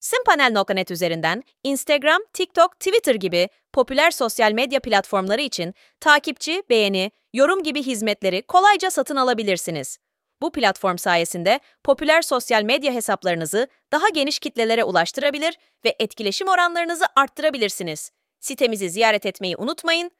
Simpanel.net üzerinden Instagram, TikTok, Twitter gibi popüler sosyal medya platformları için takipçi, beğeni, yorum gibi hizmetleri kolayca satın alabilirsiniz. Bu platform sayesinde popüler sosyal medya hesaplarınızı daha geniş kitlelere ulaştırabilir ve etkileşim oranlarınızı arttırabilirsiniz. Sitemizi ziyaret etmeyi unutmayın